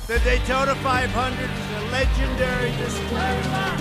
The Daytona 500 is a legendary display.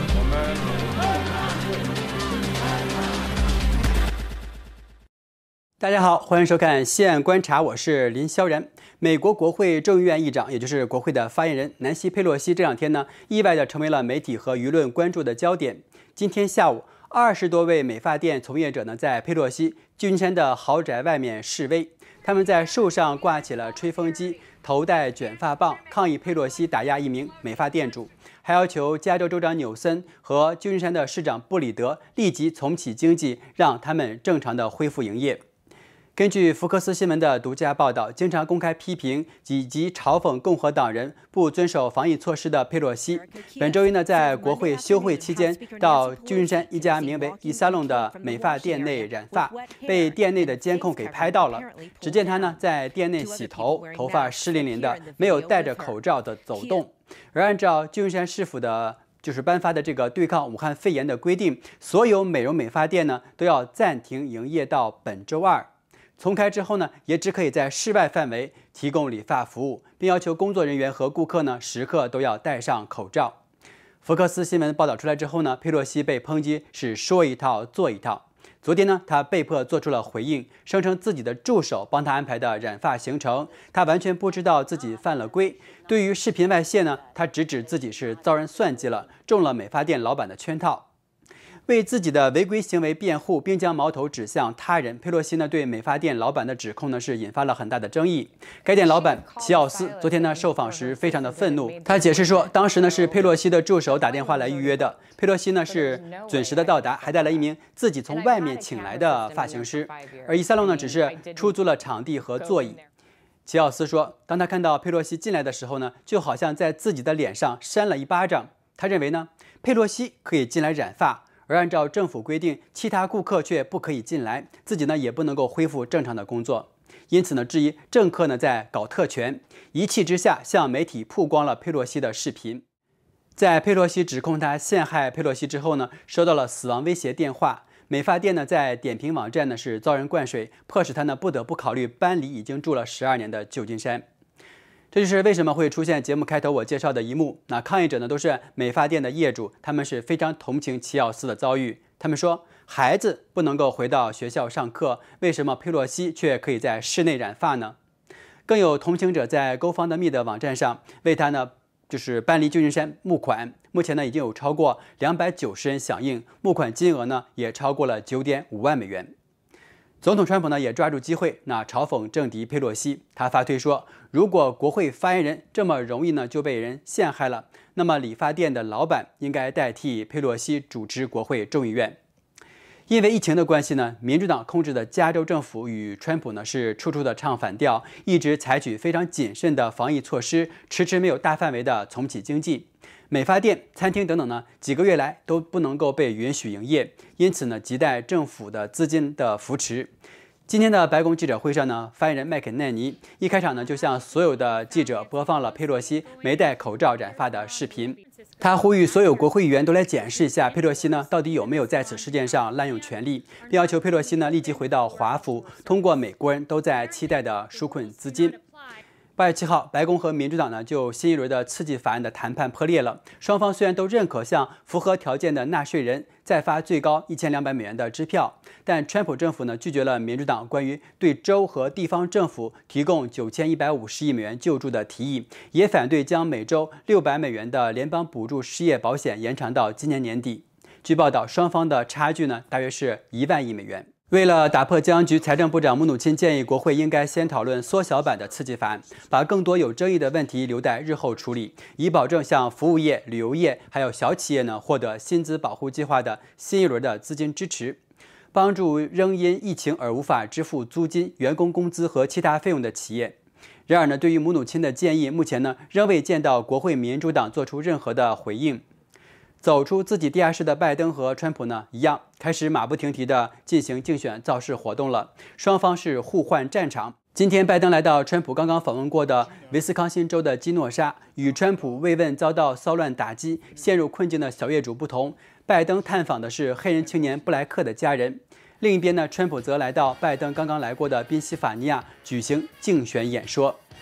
大家好，欢迎收看《西岸观察》，我是林萧然。美国国会众议院议长，也就是国会的发言人南希·佩洛西，这两天呢，意外地成为了媒体和舆论关注的焦点。今天下午，20多位美发店从业者呢，在佩洛西旧金山的豪宅外面示威，他们在树上挂起了吹风机，头戴卷发棒，抗议佩洛西打压一名美发店主，还要求加州州长纽森和旧金山的市长布里德立即重启经济，让他们正常的恢复营业。根据福克斯新闻的独家报道，经常公开批评以及嘲讽共和党人不遵守防疫措施的佩洛西，本周一呢，在国会休会期间到旧金山一家名为伊萨隆的美发店内染发，被店内的监控给拍到了。只见他呢在店内洗头，头发湿淋淋的，没有戴着口罩的走动。而按照旧金山市府的颁发的这个对抗武汉肺炎的规定，所有美容美发店呢都要暂停营业到本周二。重开之后呢，也只可以在室外范围提供理发服务，并要求工作人员和顾客呢时刻都要戴上口罩。福克斯新闻报道出来之后呢，佩洛西被抨击是说一套做一套。昨天呢，他被迫做出了回应，声称自己的助手帮他安排的染发行程，他完全不知道自己犯了规。对于视频外泄呢，他直指自己是遭人算计了，中了美发店老板的圈套。为自己的违规行为辩护，并将矛头指向他人，佩洛西呢对美发店老板的指控呢是引发了很大的争议。该店老板齐奥斯昨天呢受访时非常的愤怒，他解释说，当时呢是佩洛西的助手打电话来预约的，佩洛西呢是准时的到达，还带了一名自己从外面请来的发型师，而伊萨隆呢只是出租了场地和座椅。齐奥斯说，当他看到佩洛西进来的时候呢，就好像在自己的脸上扇了一巴掌。他认为呢，佩洛西可以进来染发，而按照政府规定，其他顾客却不可以进来，自己呢也不能够恢复正常的工作，因此呢质疑政客呢在搞特权，一气之下向媒体曝光了佩洛西的视频。在佩洛西指控他陷害佩洛西之后呢，收到了死亡威胁电话。美发店呢在点评网站呢是遭人灌水，迫使他呢不得不考虑搬离已经住了12年的旧金山。这就是为什么会出现节目开头我介绍的一幕。那抗议者呢都是美发店的业主，他们是非常同情齐奥斯的遭遇。他们说，孩子不能够回到学校上课，为什么佩洛西却可以在室内染发呢？更有同情者在 GoFundMe 的网站上为他呢搬离旧金山募款，目前呢已经有超过290人响应，募款金额呢也超过了9.5万美元。总统川普呢也抓住机会，嘲讽政敌佩洛西。他发推说，如果国会发言人这么容易呢就被人陷害了，那么理发店的老板应该代替佩洛西主持国会众议院。因为疫情的关系呢，民主党控制的加州政府与川普呢是处处的唱反调，一直采取非常谨慎的防疫措施，迟迟没有大范围的重启经济。美发店、餐厅等等呢，几个月来都不能够被允许营业，因此呢，亟待政府的资金的扶持。今天的白宫记者会上呢，发言人麦肯奈尼一开场呢，就向所有的记者播放了佩洛西没戴口罩染发的视频。他呼吁所有国会议员都来检视一下佩洛西呢到底有没有在此事件上滥用权力，并要求佩洛西呢立即回到华府，通过美国人都在期待的纾困资金。8月7号，白宫和民主党呢就新一轮的刺激法案的谈判破裂了。双方虽然都认可向符合条件的纳税人再发最高1200美元的支票，但川普政府呢拒绝了民主党关于对州和地方政府提供9150亿美元救助的提议，也反对将每周600美元的联邦补助失业保险延长到今年年底。据报道，双方的差距呢大约是1万亿美元。为了打破僵局，财政部长姆努钦建议国会应该先讨论缩小版的刺激法案，把更多有争议的问题留待日后处理，以保证像服务业、旅游业还有小企业呢获得薪资保护计划的新一轮的资金支持，帮助仍因疫情而无法支付租金、员工工资和其他费用的企业。然而呢，对于姆努钦的建议，目前呢仍未见到国会民主党做出任何的回应。走出自己地下室的拜登和川普呢一样，开始马不停蹄地进行竞选造势活动了。双方是互换战场。今天拜登来到川普刚刚访问过的威斯康辛州的基诺沙，与川普慰问遭到骚乱打击、陷入困境的小业主不同，拜登探访的是黑人青年布莱克的家人。另一边呢，川普则来到拜登刚刚来过的宾夕法尼亚举行竞选演说。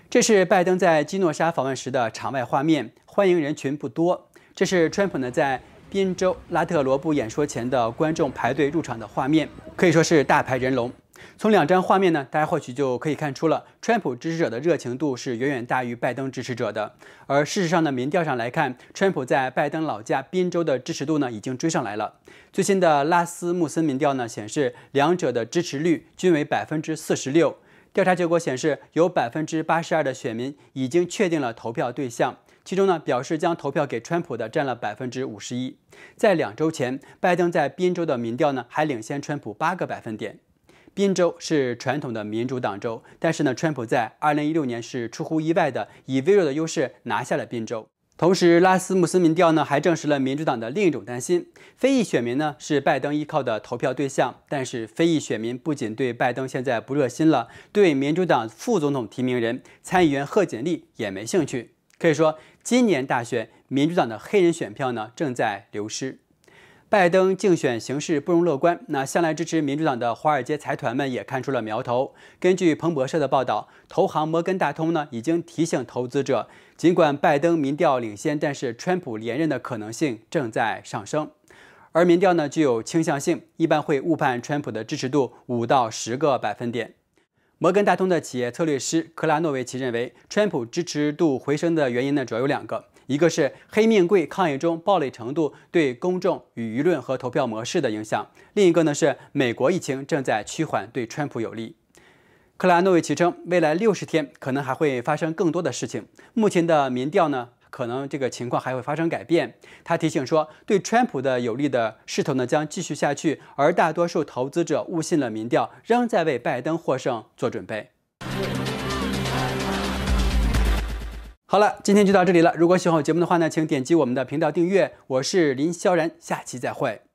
这是拜登在基诺沙访问时的场外画面，欢迎人群不多。这是川普呢在宾州拉特罗布演说前的观众排队入场的画面，可以说是大排人龙。从两张画面呢，大家或许就可以看出了，川普支持者的热情度是远远大于拜登支持者的。而事实上呢，民调上来看，川普在拜登老家宾州的支持度呢已经追上来了。最新的拉斯穆森民调呢显示，两者的支持率均为46%。调查结果显示，有82%的选民已经确定了投票对象，其中呢表示将投票给川普的占了51%。在2周前，拜登在宾州的民调呢还领先川普8个百分点。宾州是传统的民主党州，但是呢，川普在2016年是出乎意外的以微弱的优势拿下了宾州。同时，拉斯穆森民调呢还证实了民主党的另一种担心：非裔选民呢是拜登依靠的投票对象，但是非裔选民不仅对拜登现在不热心了，对民主党副总统提名人参议员贺锦丽也没兴趣。可以说，今年大选民主党的黑人选票呢正在流失。拜登竞选形势不容乐观，那向来支持民主党的华尔街财团们也看出了苗头。根据彭博社的报道，投行摩根大通呢已经提醒投资者，尽管拜登民调领先，但是川普连任的可能性正在上升。而民调呢具有倾向性，一般会误判川普的支持度5到10个百分点。摩根大通的企业策略师克拉诺维奇认为，川普支持度回升的原因呢主要有2个。一个是黑命贵抗议中暴力程度对公众与舆论和投票模式的影响，另一个呢是美国疫情正在趋缓，对川普有利。克拉诺维奇称，未来60天可能还会发生更多的事情，目前的民调呢可能这个情况还会发生改变。他提醒说，对川普的有利的势头呢将继续下去，而大多数投资者误信了民调，仍在为拜登获胜做准备。好了，今天就到这里了。如果喜欢我节目的话呢，请点击我们的频道订阅。我是林萧然，下期再会。